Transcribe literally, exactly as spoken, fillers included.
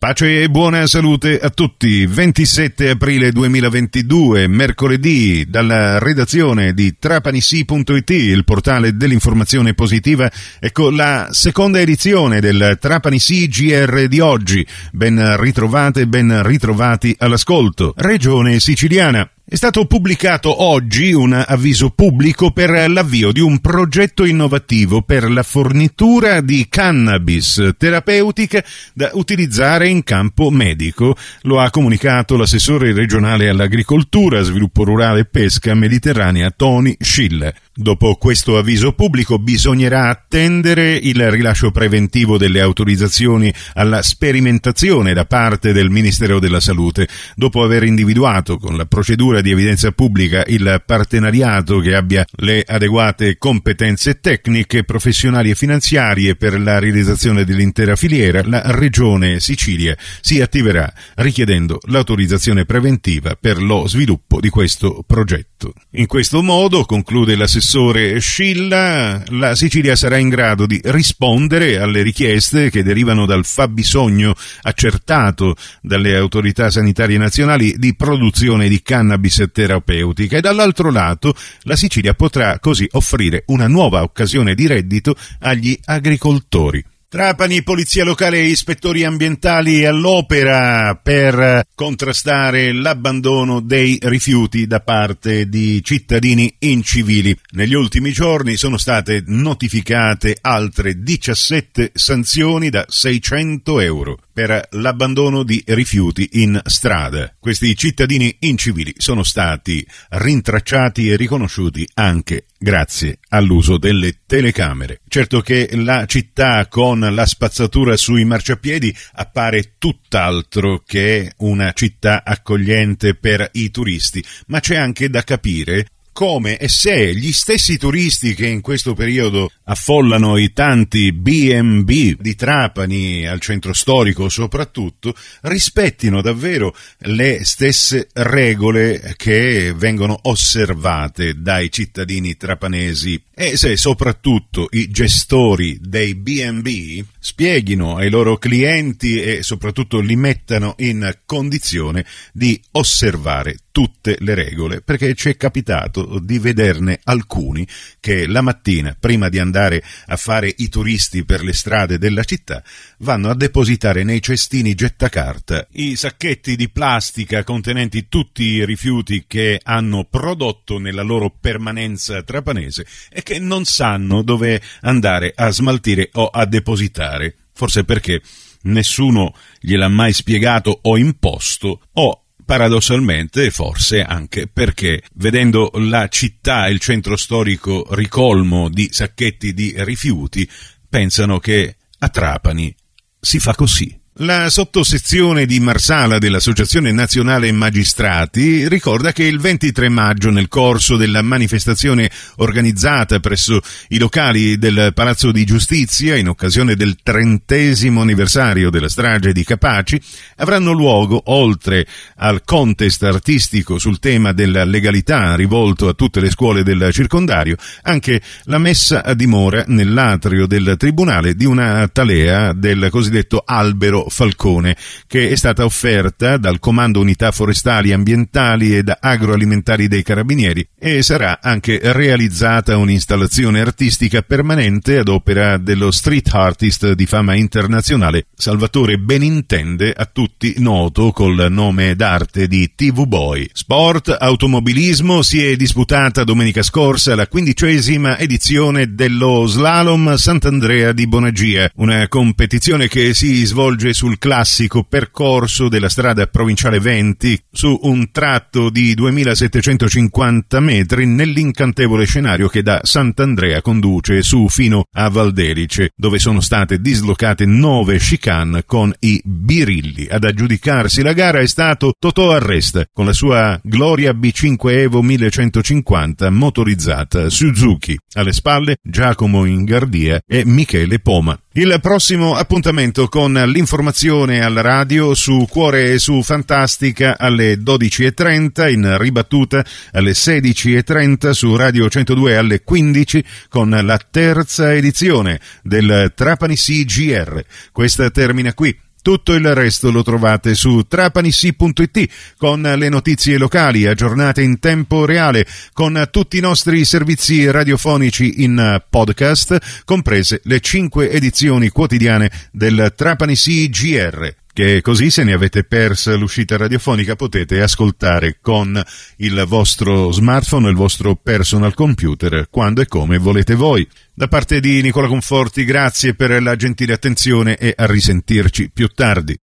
Pace e buona salute a tutti. ventisette aprile duemilaventidue, mercoledì, dalla redazione di Trapanisi punto it, il portale dell'informazione positiva, ecco la seconda edizione del Trapanisi G R di oggi. Ben ritrovate, ben ritrovati all'ascolto. Regione siciliana. È stato pubblicato oggi un avviso pubblico per l'avvio di un progetto innovativo per la fornitura di cannabis terapeutica da utilizzare in campo medico. Lo ha comunicato l'assessore regionale all'agricoltura, sviluppo rurale e pesca mediterranea Tony Scilla. Dopo questo avviso pubblico bisognerà attendere il rilascio preventivo delle autorizzazioni alla sperimentazione da parte del Ministero della Salute, dopo aver individuato con la procedura di evidenza pubblica il partenariato che abbia le adeguate competenze tecniche, professionali e finanziarie per la realizzazione dell'intera filiera. La Regione Sicilia si attiverà richiedendo l'autorizzazione preventiva per lo sviluppo di questo progetto. In questo modo, conclude l'assessore Scilla, la Sicilia sarà in grado di rispondere alle richieste che derivano dal fabbisogno accertato dalle autorità sanitarie nazionali di produzione di cannabis terapeutica, e dall'altro lato la Sicilia potrà così offrire una nuova occasione di reddito agli agricoltori. Trapani, polizia locale e ispettori ambientali all'opera per contrastare l'abbandono dei rifiuti da parte di cittadini incivili. Negli ultimi giorni sono state notificate altre diciassette sanzioni da seicento euro per l'abbandono di rifiuti in strada. Questi cittadini incivili sono stati rintracciati e riconosciuti anche grazie all'uso delle telecamere. Certo che la città con la spazzatura sui marciapiedi appare tutt'altro che una città accogliente per i turisti, ma c'è anche da capire come e se gli stessi turisti che in questo periodo affollano i tanti B and B di Trapani, al centro storico soprattutto, rispettino davvero le stesse regole che vengono osservate dai cittadini trapanesi, e se soprattutto i gestori dei B and B spieghino ai loro clienti e soprattutto li mettano in condizione di osservare tutte le regole, perché ci è capitato di vederne alcuni che la mattina, prima di andare a fare i turisti per le strade della città, vanno a depositare nei cestini gettacarta i sacchetti di plastica contenenti tutti i rifiuti che hanno prodotto nella loro permanenza trapanese e che non sanno dove andare a smaltire o a depositare, forse perché nessuno gliel'ha mai spiegato o imposto, o paradossalmente forse anche perché, vedendo la città e il centro storico ricolmo di sacchetti di rifiuti, pensano che a Trapani si fa così. La sottosezione di Marsala dell'Associazione Nazionale Magistrati ricorda che il ventitré maggio, nel corso della manifestazione organizzata presso i locali del Palazzo di Giustizia in occasione del trentesimo anniversario della strage di Capaci, avranno luogo, oltre al contest artistico sul tema della legalità rivolto a tutte le scuole del circondario, anche la messa a dimora nell'atrio del tribunale di una talea del cosiddetto albero Falcone, che è stata offerta dal Comando Unità Forestali Ambientali ed Agroalimentari dei Carabinieri, e sarà anche realizzata un'installazione artistica permanente ad opera dello street artist di fama internazionale Salvatore Benintende, a tutti noto col nome d'arte di T V Boy. Sport, automobilismo, si è disputata domenica scorsa la quindicesima edizione dello Slalom Sant'Andrea di Bonagia, una competizione che si svolge sul classico percorso della strada provinciale venti su un tratto di duemilasettecentocinquanta metri nell'incantevole scenario che da Sant'Andrea conduce su fino a Valdelice, dove sono state dislocate nove chicane con i birilli. Ad aggiudicarsi la gara è stato Totò Arresta con la sua Gloria B cinque Evo millecentocinquanta motorizzata Suzuki, alle spalle Giacomo Ingardia e Michele Poma. Il prossimo appuntamento con l'informazione alla radio su Cuore e su Fantastica alle dodici e trenta, in ribattuta alle sedici e trenta su Radio centodue alle quindici con la terza edizione del Trapanisi G R. Questa termina qui. Tutto il resto lo trovate su trapanissi punto it con le notizie locali aggiornate in tempo reale, con tutti i nostri servizi radiofonici in podcast, comprese le cinque edizioni quotidiane del Trapanissi G R, che così, se ne avete persa l'uscita radiofonica, potete ascoltare con il vostro smartphone, il vostro personal computer, quando e come volete voi. Da parte di Nicola Conforti, grazie per la gentile attenzione e a risentirci più tardi.